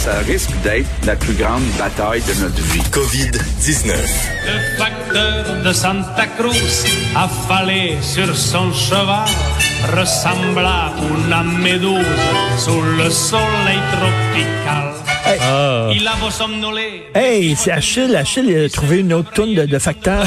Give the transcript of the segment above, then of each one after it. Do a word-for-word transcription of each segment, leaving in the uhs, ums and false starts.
ça risque d'être la plus grande bataille de notre vie. covid dix-neuf. Le facteur de Santa Cruz, affalé sur son cheval, ressembla a una méduse sous le soleil tropical. Hey. Ah. Il a somnolé. Hey, c'est Achille. Achille il a trouvé une autre toune de, de facteur.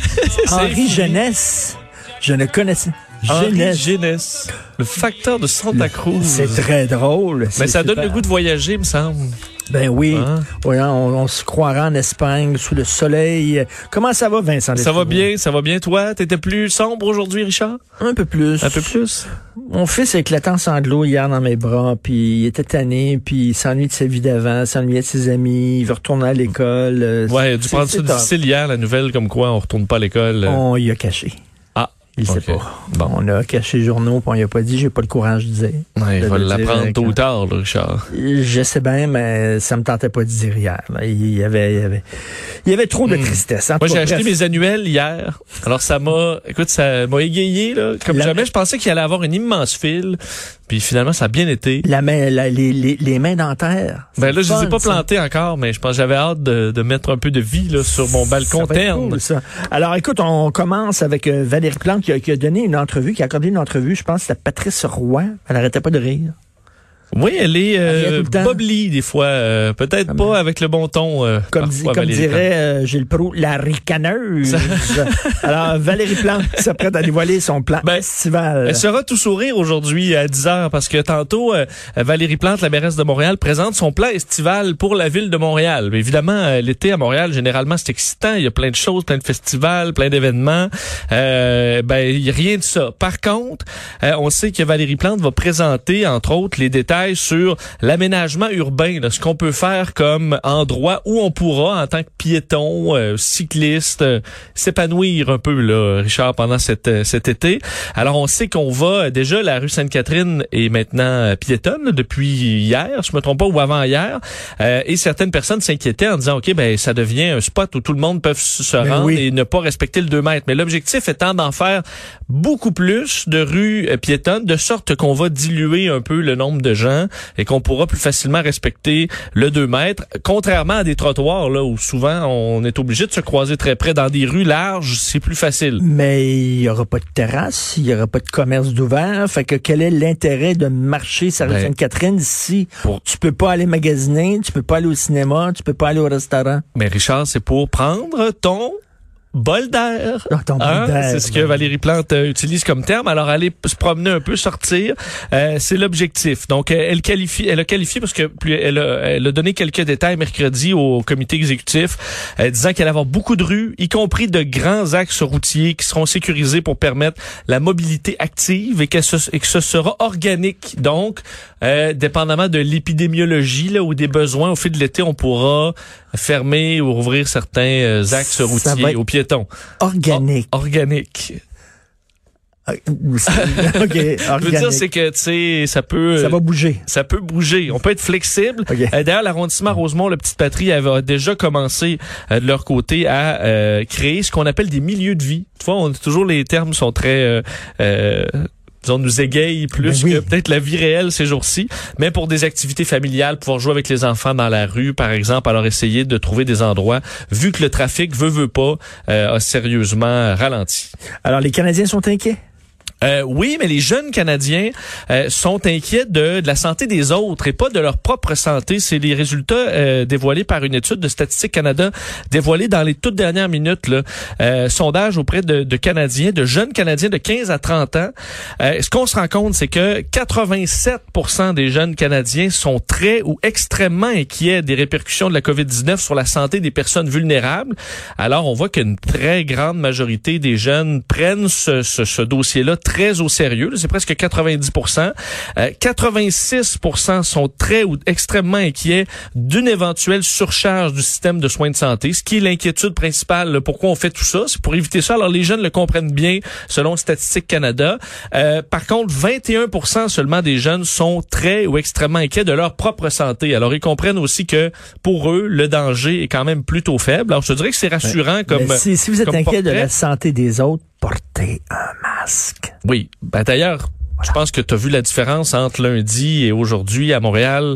Henri Jeunesse. Je ne connaissais Henri Jeunesse. Le facteur de Santa Cruz. C'est très drôle. Mais ça donne le goût de voyager, me semble. Ben oui. Hein? Oui, on, on se croira en Espagne, sous le soleil. Comment ça va, Vincent? Ça va bien, ça va bien. Toi, t'étais plus sombre aujourd'hui, Richard? Un peu plus. Un peu plus? Mon fils a éclaté en sanglots hier dans mes bras, puis il était tanné, puis il s'ennuie de sa vie d'avant, s'ennuyait de ses amis, il veut retourner à l'école. Ouais, il a dû prendre ça difficile hier, la nouvelle, comme quoi on retourne pas à l'école. On y a caché. Ah. Il okay. sait pas. Bon. On a caché les journaux, puis on y a pas dit, j'ai pas le courage de dire. Ouais, il va l'apprendre tôt ou quand... tard, là, Richard. Je sais bien, mais ça me tentait pas de dire hier. Là. Il y avait, il y avait, il y avait trop de tristesse. En Moi, j'ai cas, acheté bref. mes annuels hier. Alors, ça m'a, écoute, ça m'a égayé, là. Comme La jamais, main... je pensais qu'il allait avoir une immense file. Puis finalement, ça a bien été. La main, la, les, les, les mains dentaires. Ben là, je fun, les ai pas ça. plantées encore, mais je pense que j'avais hâte de, de mettre un peu de vie là, sur mon balcon terne. Cool, ça. Alors, écoute, on commence avec euh, Valérie Plante qui a, qui a donné une entrevue, qui a accordé une entrevue, je pense, c'était Patrice Roy. Elle arrêtait pas de rire. Oui, elle est euh, elle bobli des fois, euh, peut-être ah, pas mais... avec le bon ton. Euh, comme dit, comme dirait euh, Gilles Proulx, la ricaneuse. Alors, Valérie Plante s'apprête à dévoiler son plan ben, estival. Elle sera tout sourire aujourd'hui à dix heures parce que tantôt, euh, Valérie Plante, la mairesse de Montréal, présente son plan estival pour la ville de Montréal. Mais évidemment, euh, l'été à Montréal, généralement, c'est excitant. Il y a plein de choses, plein de festivals, plein d'événements. Euh, ben, il n'y a rien de ça. Par contre, euh, on sait que Valérie Plante va présenter, entre autres, les détails sur l'aménagement urbain, là, ce qu'on peut faire comme endroit où on pourra, en tant que piéton, euh, cycliste, euh, s'épanouir un peu, là, Richard, pendant cet, euh, cet été. Alors, on sait qu'on va, déjà, la rue Sainte-Catherine est maintenant euh, piétonne, là, depuis hier, je me trompe pas, ou avant-hier, euh, et certaines personnes s'inquiétaient en disant, OK, ben ça devient un spot où tout le monde peut se ben rendre oui. et ne pas respecter le deux mètres. Mais l'objectif étant d'en faire beaucoup plus de rues euh, piétonnes, de sorte qu'on va diluer un peu le nombre de gens et qu'on pourra plus facilement respecter le deux mètres, contrairement à des trottoirs là où souvent on est obligé de se croiser très près. Dans des rues larges, c'est plus facile. Mais il y aura pas de terrasse, il y aura pas de commerce d'ouvert, fait que quel est l'intérêt de marcher sur la rue Sainte-Catherine si pour... tu peux pas aller magasiner, tu peux pas aller au cinéma, tu peux pas aller au restaurant? Mais Richard, c'est pour prendre ton bol d'air. Oh, ton bol hein? d'air. C'est ce que Valérie Plante euh, utilise comme terme. Alors, aller se promener un peu, sortir, euh, c'est l'objectif. Donc, euh, elle qualifie, elle a qualifié parce que plus, elle, a, elle a donné quelques détails mercredi au comité exécutif, euh, disant qu'elle va avoir beaucoup de rues, y compris de grands axes routiers qui seront sécurisés pour permettre la mobilité active et que ce, et que ce sera organique. Donc, euh, dépendamment de l'épidémiologie là ou des besoins au fil de l'été, on pourra fermer ou rouvrir certains euh, axes routiers aux piétons. Organique. O- organique. OK, organique. Je veux dire, c'est que, tu sais, ça peut... Ça va bouger. Ça peut bouger. On peut être flexible. Okay. Euh, d'ailleurs, l'arrondissement Rosemont, la Petite Patrie, avait déjà commencé euh, de leur côté à euh, créer ce qu'on appelle des milieux de vie. Tu vois, on, toujours les termes sont très... Euh, euh, on nous égaye plus ben oui. que peut-être la vie réelle ces jours-ci, mais pour des activités familiales, pouvoir jouer avec les enfants dans la rue, par exemple, alors essayer de trouver des endroits, vu que le trafic, veut, veut pas, euh, a sérieusement ralenti. Alors, les Canadiens sont inquiets? Euh, oui, mais les jeunes Canadiens euh, sont inquiets de, de la santé des autres et pas de leur propre santé. C'est les résultats euh, dévoilés par une étude de Statistique Canada, dévoilée dans les toutes dernières minutes. Là. Euh, sondage auprès de, de Canadiens, de jeunes Canadiens de quinze à trente ans. Euh, ce qu'on se rend compte, c'est que quatre-vingt-sept pour cent des jeunes Canadiens sont très ou extrêmement inquiets des répercussions de la covid dix-neuf sur la santé des personnes vulnérables. Alors, on voit qu'une très grande majorité des jeunes prennent ce, ce, ce dossier-là très au sérieux. C'est presque quatre-vingt-dix pour cent. Euh, quatre-vingt-six pour cent sont très ou extrêmement inquiets d'une éventuelle surcharge du système de soins de santé, ce qui est l'inquiétude principale. Là, pourquoi on fait tout ça? C'est pour éviter ça. Alors, les jeunes le comprennent bien, selon Statistique Canada. Euh, par contre, vingt et un pour cent seulement des jeunes sont très ou extrêmement inquiets de leur propre santé. Alors, ils comprennent aussi que, pour eux, le danger est quand même plutôt faible. Alors, je te dirais que c'est rassurant mais, comme mais si, si vous êtes inquiet portrait. de la santé des autres, portez un masque. Oui. Ben, d'ailleurs, voilà. Je pense que tu as vu la différence entre lundi et aujourd'hui à Montréal.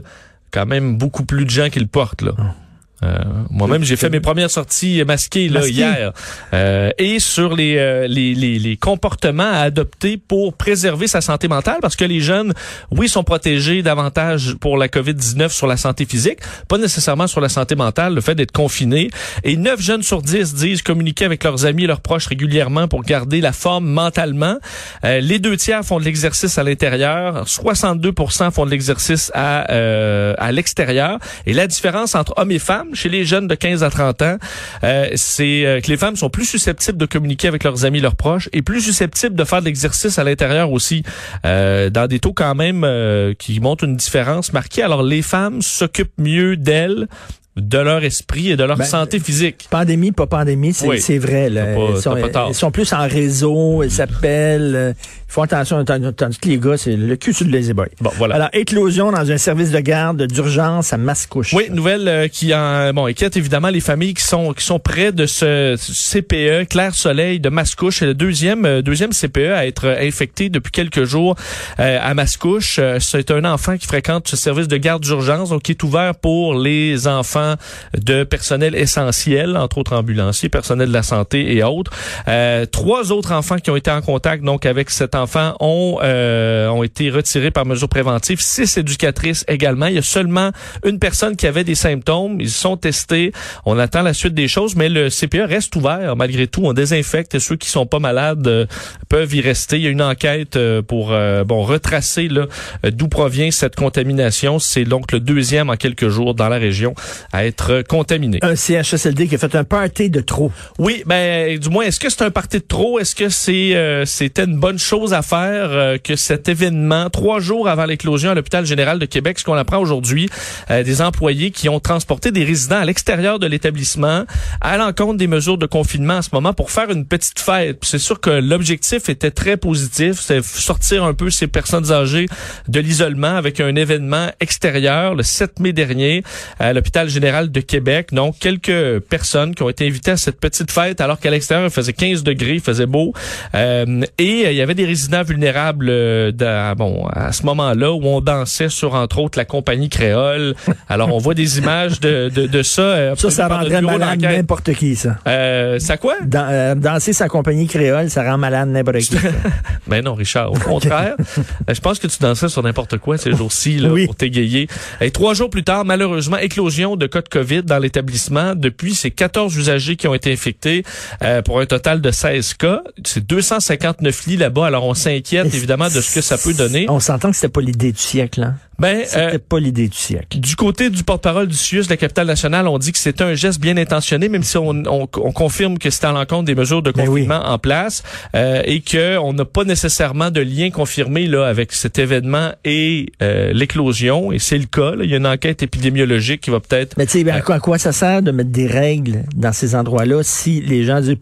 quand même beaucoup plus de gens qui le portent, là. Euh, moi-même, j'ai fait mes premières sorties masquées là Masqué. hier. Euh, et sur les, euh, les les les comportements à adopter pour préserver sa santé mentale, parce que les jeunes, oui, sont protégés davantage pour la covid dix-neuf sur la santé physique, pas nécessairement sur la santé mentale, le fait d'être confiné. Et neuf jeunes sur dix disent communiquer avec leurs amis et leurs proches régulièrement pour garder la forme mentalement. Euh, les deux tiers font de l'exercice à l'intérieur, soixante-deux pour cent font de l'exercice à euh, à l'extérieur. Et la différence entre hommes et femmes chez les jeunes de quinze à trente ans, euh, c'est euh, que les femmes sont plus susceptibles de communiquer avec leurs amis, leurs proches, et plus susceptibles de faire de l'exercice à l'intérieur aussi, euh, dans des taux quand même euh, qui montrent une différence marquée. Alors les femmes s'occupent mieux d'elles, de leur esprit et de leur ben, santé physique. Pandémie, pas pandémie, c'est, oui. c'est vrai. Là. Pas, ils, sont, ils sont plus en réseau, ils s'appellent, euh, ils font attention, tandis que les gars, c'est le cul sur le lazy boy. Bon, voilà. Alors, éclosion dans un service de garde d'urgence à Mascouche. Oui, nouvelle euh, qui en, bon, inquiète évidemment les familles qui sont qui sont près de ce C P E, Clair Soleil de Mascouche. C'est le deuxième, euh, deuxième C P E à être infecté depuis quelques jours euh, à Mascouche. Euh, c'est un enfant qui fréquente ce service de garde d'urgence, donc qui est ouvert pour les enfants de personnel essentiel, entre autres ambulanciers, personnel de la santé et autres. Euh, trois autres enfants qui ont été en contact donc avec cet enfant ont euh, ont été retirés par mesure préventive. Six éducatrices également. Il y a seulement une personne qui avait des symptômes. Ils sont testés. On attend la suite des choses, mais le C P E reste ouvert malgré tout. On désinfecte et ceux qui sont pas malades euh, peuvent y rester. Il y a une enquête euh, pour euh, bon retracer là d'où provient cette contamination. C'est donc le deuxième en quelques jours dans la région à être contaminé. Un C H S L D qui a fait un party de trop. Oui, ben du moins, est-ce que c'est un party de trop? Est-ce que c'est euh, c'était une bonne chose à faire euh, que cet événement, trois jours avant l'éclosion à l'hôpital général de Québec, ce qu'on apprend aujourd'hui, euh, des employés qui ont transporté des résidents à l'extérieur de l'établissement à l'encontre des mesures de confinement en ce moment pour faire une petite fête. C'est sûr que l'objectif était très positif, c'est sortir un peu ces personnes âgées de l'isolement avec un événement extérieur le sept mai dernier à l'hôpital général de Québec. Donc, quelques personnes qui ont été invitées à cette petite fête alors qu'à l'extérieur, il faisait quinze degrés, il faisait beau. Euh, et euh, il y avait des résidents vulnérables euh, de, bon, à ce moment-là où on dansait sur, entre autres, la compagnie créole. Alors, on voit des images de, de, de ça. Euh, ça, ça rendrait malade n'importe qui, ça. Euh, ça quoi? Dans, euh, danser sa compagnie créole, ça rend malade n'importe qui. Ben non, Richard, au contraire. Je pense que tu dansais sur n'importe quoi ces jours-ci là, oui. pour t'égayer. Et trois jours plus tard, malheureusement, éclosion de cas de COVID dans l'établissement. Depuis, c'est quatorze usagers qui ont été infectés euh, pour un total de seize cas. C'est deux cent cinquante-neuf lits là-bas. Alors, on s'inquiète évidemment de ce que ça peut donner. On s'entend que c'était pas l'idée du siècle, hein? Ben, c'était euh, pas l'idée du siècle. Du côté du porte-parole du C I U S de la capitale nationale, on dit que c'était un geste bien intentionné, même si on, on, on confirme que c'était à l'encontre des mesures de confinement oui. en place euh, et que on n'a pas nécessairement de lien confirmé là avec cet événement et euh, l'éclosion. Et c'est le cas. Là. Il y a une enquête épidémiologique qui va peut-être. Mais tu sais, à quoi, à quoi ça sert de mettre des règles dans ces endroits-là si les gens disent.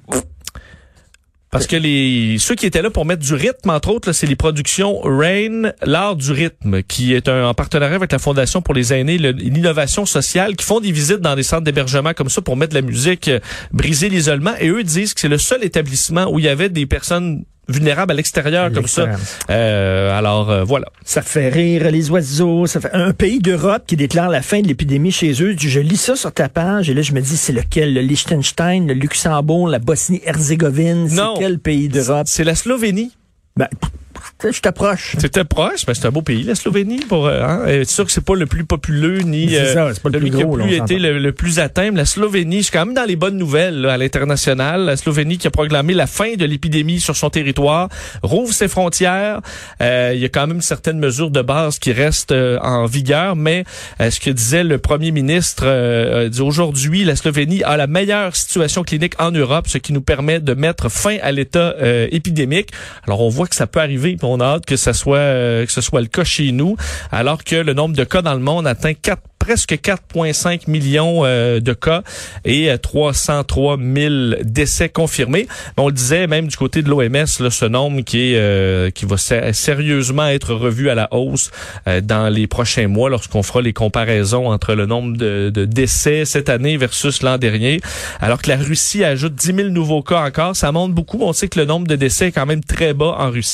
Parce que les ceux qui étaient là pour mettre du rythme, entre autres, là, c'est les productions Rain, l'art du rythme, qui est un, en partenariat avec la Fondation pour les aînés, le, l'innovation sociale, qui font des visites dans des centres d'hébergement comme ça pour mettre de la musique, euh, briser l'isolement. Et eux disent que c'est le seul établissement où il y avait des personnes vulnérables à l'extérieur comme ça. Euh, alors euh, voilà. Ça fait rire les oiseaux. Ça fait un pays d'Europe qui déclare la fin de l'épidémie chez eux. Je lis ça sur ta page et là je me dis c'est lequel? Le Liechtenstein, le Luxembourg, la Bosnie-Herzégovine. C'est quel pays d'Europe? C'est la Slovénie. Ben, je t'approche. C'était proche, mais c'est un beau pays, la Slovénie. Pour, hein? C'est sûr que c'est pas le plus populeux ni c'est ça, c'est pas le plus qui a gros, plus là, été le, le plus atteint. Mais la Slovénie, c'est quand même dans les bonnes nouvelles là, à l'international. La Slovénie qui a proclamé la fin de l'épidémie sur son territoire, rouvre ses frontières. Euh, il y a quand même certaines mesures de base qui restent euh, en vigueur, mais euh, ce que disait le premier ministre euh, dit aujourd'hui, la Slovénie a la meilleure situation clinique en Europe, ce qui nous permet de mettre fin à l'état euh, épidémique. Alors on voit que ça peut arriver. On a hâte que ça soit euh, que ce soit le cas chez nous, alors que le nombre de cas dans le monde atteint quatre presque quatre virgule cinq millions euh, de cas et euh, trois cent trois mille décès confirmés. On le disait même du côté de l'O M S, là, ce nombre qui est euh, qui va sé- sérieusement être revu à la hausse euh, dans les prochains mois lorsqu'on fera les comparaisons entre le nombre de, de décès cette année versus l'an dernier. Alors que la Russie ajoute dix mille nouveaux cas encore, ça monte beaucoup. On sait que le nombre de décès est quand même très bas en Russie.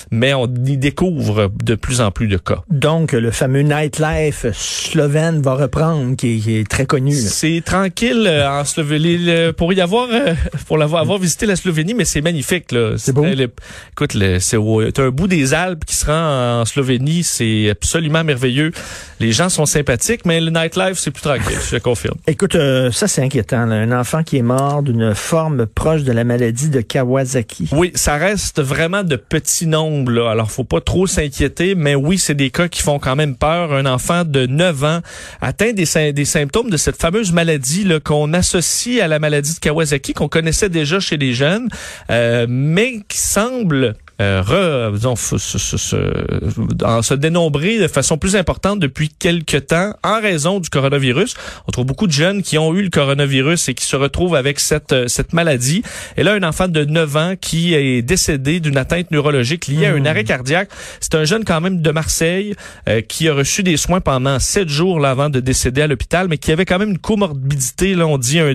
mais on y découvre de plus en plus de cas. Donc, le fameux nightlife slovène va reprendre, qui est, qui est très connu. Là. C'est tranquille euh, en Slovénie. Le, pour y avoir, euh, pour l'avoir avoir visité la Slovénie, mais c'est magnifique. Là. C'est beau. Le, écoute, le, c'est au, t'as un bout des Alpes qui se rend en Slovénie. C'est absolument merveilleux. Les gens sont sympathiques, mais le nightlife, c'est plus tranquille, je le confirme. Écoute, euh, ça, c'est inquiétant. Là. Un enfant qui est mort d'une forme proche de la maladie de Kawasaki. Oui, ça reste vraiment de petits nombres. Là. Alors, faut pas trop s'inquiéter, mais oui, c'est des cas qui font quand même peur. Un enfant de neuf ans atteint des, des symptômes de cette fameuse maladie là, qu'on associe à la maladie de Kawasaki, qu'on connaissait déjà chez les jeunes, euh, mais qui semble... Euh, re, disons, se, se, se, en se dénombrer de façon plus importante depuis quelques temps en raison du coronavirus. On trouve beaucoup de jeunes qui ont eu le coronavirus et qui se retrouvent avec cette cette maladie. Et là, un enfant de neuf ans qui est décédé d'une atteinte neurologique liée mmh. à un arrêt cardiaque. C'est un jeune quand même de Marseille euh, qui a reçu des soins pendant sept jours là, avant de décéder à l'hôpital, mais qui avait quand même une comorbidité, là on dit un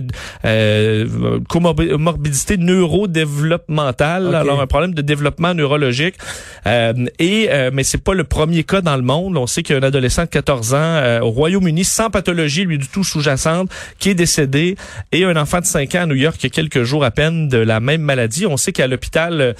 euh, comorbidité neurodéveloppementale, okay. Alors un problème de développement neurologique. Euh, et euh, mais c'est pas le premier cas dans le monde. On sait qu'il y a un adolescent de quatorze ans euh, au Royaume-Uni sans pathologie lui du tout sous-jacente qui est décédé, et un enfant de cinq ans à New York il y a quelques jours à peine de la même maladie. On sait qu'à l'hôpital euh,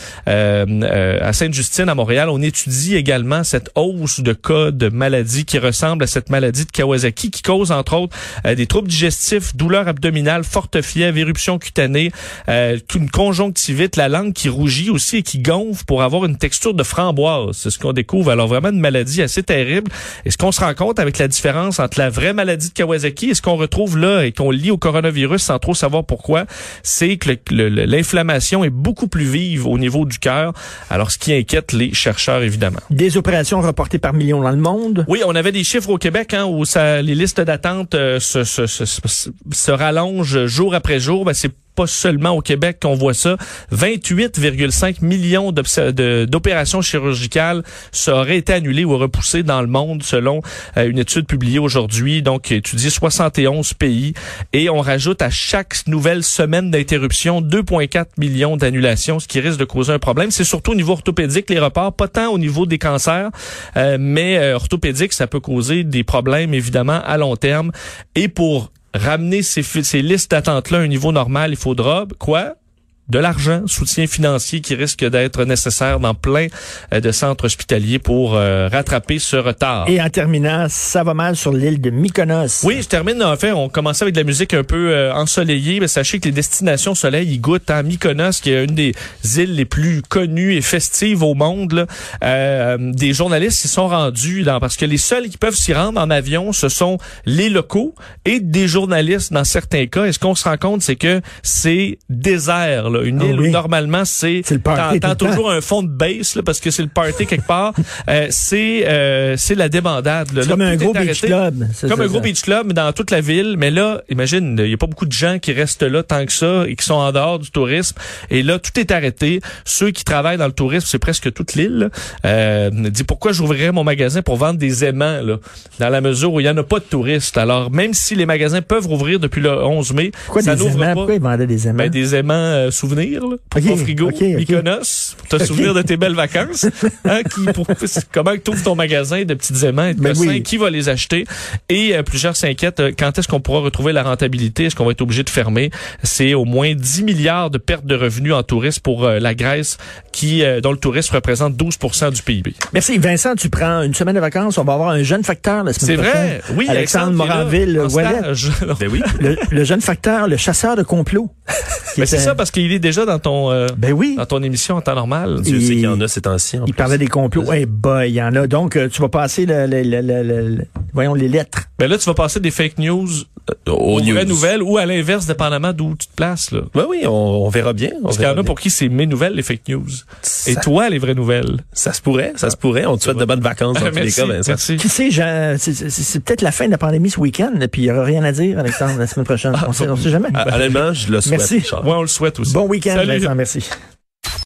euh, à Sainte-Justine à Montréal, on étudie également cette hausse de cas de maladie qui ressemble à cette maladie de Kawasaki qui cause entre autres euh, des troubles digestifs, douleurs abdominales, forte fièvre, éruption cutanée, euh, une conjonctivite, la langue qui rougit aussi et qui gonfle pour avoir une texture de framboise. C'est ce qu'on découvre. Alors vraiment une maladie assez terrible. Et ce qu'on se rend compte avec la différence entre la vraie maladie de Kawasaki et ce qu'on retrouve là et qu'on lie au coronavirus sans trop savoir pourquoi, c'est que le, le, l'inflammation est beaucoup plus vive au niveau du cœur. Alors ce qui inquiète les chercheurs évidemment. Des opérations reportées par millions dans le monde. Oui, on avait des chiffres au Québec hein, où ça, les listes d'attente euh, se, se, se, se, se rallongent jour après jour. Ben, c'est pas seulement au Québec qu'on voit ça. vingt-huit virgule cinq millions de, d'opérations chirurgicales auraient été annulées ou repoussées dans le monde selon euh, une étude publiée aujourd'hui, donc étudiée soixante et onze pays. Et on rajoute à chaque nouvelle semaine d'interruption deux virgule quatre millions d'annulations, ce qui risque de causer un problème. C'est surtout au niveau orthopédique, les reports, pas tant au niveau des cancers, euh, mais euh, orthopédique, ça peut causer des problèmes évidemment à long terme. Et pour ramener ces, ces listes d'attente-là à un niveau normal, il faudra quoi? De l'argent, soutien financier qui risque d'être nécessaire dans plein de centres hospitaliers pour euh, rattraper ce retard. Et en terminant, ça va mal sur l'île de Mykonos. Oui, je termine. En fait, on commençait avec de la musique un peu euh, ensoleillée, mais sachez que les destinations soleil, ils goûtent. Hein, Mykonos, qui est une des îles les plus connues et festives au monde, là, euh, des journalistes s'y sont rendus dans, parce que les seuls qui peuvent s'y rendre en avion, ce sont les locaux et des journalistes dans certains cas. Et ce qu'on se rend compte, c'est que c'est désert, là. Une île oh oui. où normalement c'est, c'est le party, t'entends toujours un fond de bass là, parce que c'est le party quelque part. euh, c'est euh, c'est la débandade. Là. C'est là, comme un gros arrêté, beach club. C'est comme ça, un gros ça. beach club dans toute la ville. Mais là, imagine, il y a pas beaucoup de gens qui restent là tant que ça et qui sont en dehors du tourisme. Et là, tout est arrêté. Ceux qui travaillent dans le tourisme, c'est presque toute l'île. Euh, dit pourquoi j'ouvrirais mon magasin pour vendre des aimants là, dans la mesure où il y en a pas de touristes. Alors même si les magasins peuvent rouvrir depuis le onze mai, pourquoi ça des n'ouvre aimants? pas. Pourquoi ils vendaient des aimants? Ben, des aimants euh, souvenirs là, pour okay, ton frigo, okay, okay. Mykonos, pour te okay. souvenir de tes belles vacances. Hein, qui, pour, comment tu ouvres ton magasin de petits aimants et de ben oui. Qui va les acheter? Et euh, plusieurs s'inquiètent, euh, quand est-ce qu'on pourra retrouver la rentabilité? Est-ce qu'on va être obligé de fermer? C'est au moins dix milliards de pertes de revenus en tourisme pour euh, la Grèce, qui euh, dont le tourisme représente douze pour cent du P I B. Merci. Vincent, tu prends une semaine de vacances, on va avoir un jeune facteur la semaine prochaine. C'est vrai? Oui, Alexandre Moranville-Ouellet. Ben oui. Le, le jeune facteur, le chasseur de complot. Ben c'est ça, parce qu'il est déjà dans ton euh, ben oui. dans ton émission en temps normal. Dieu sait qu'il y en a ces temps-ci. Il parlait des complots. Eh hey boy, il y en a. Donc, euh, tu vas passer le, le, le, le, le, voyons, les lettres. Ben là, tu vas passer des fake news euh, aux vraies nouvelles ou à l'inverse, dépendamment d'où tu te places. Là. Ben oui, on, on verra bien. On Parce verra qu'il y en a bien. pour qui c'est mes nouvelles, les fake news. Ça, et toi, les vraies nouvelles. Ça se pourrait, ça se pourrait. On te souhaite de bonnes vacances dans tous les cas. Vincent. Merci. Qui sait, c'est, c'est, c'est peut-être la fin de la pandémie ce week-end, puis il n'y aura rien à dire, Alexandre, la semaine prochaine. Ah, on sait, on sait jamais. Honnêtement, je le souhaite. Merci. Ouais, on le souhaite aussi. Bon week-end, Salut. Vincent, merci.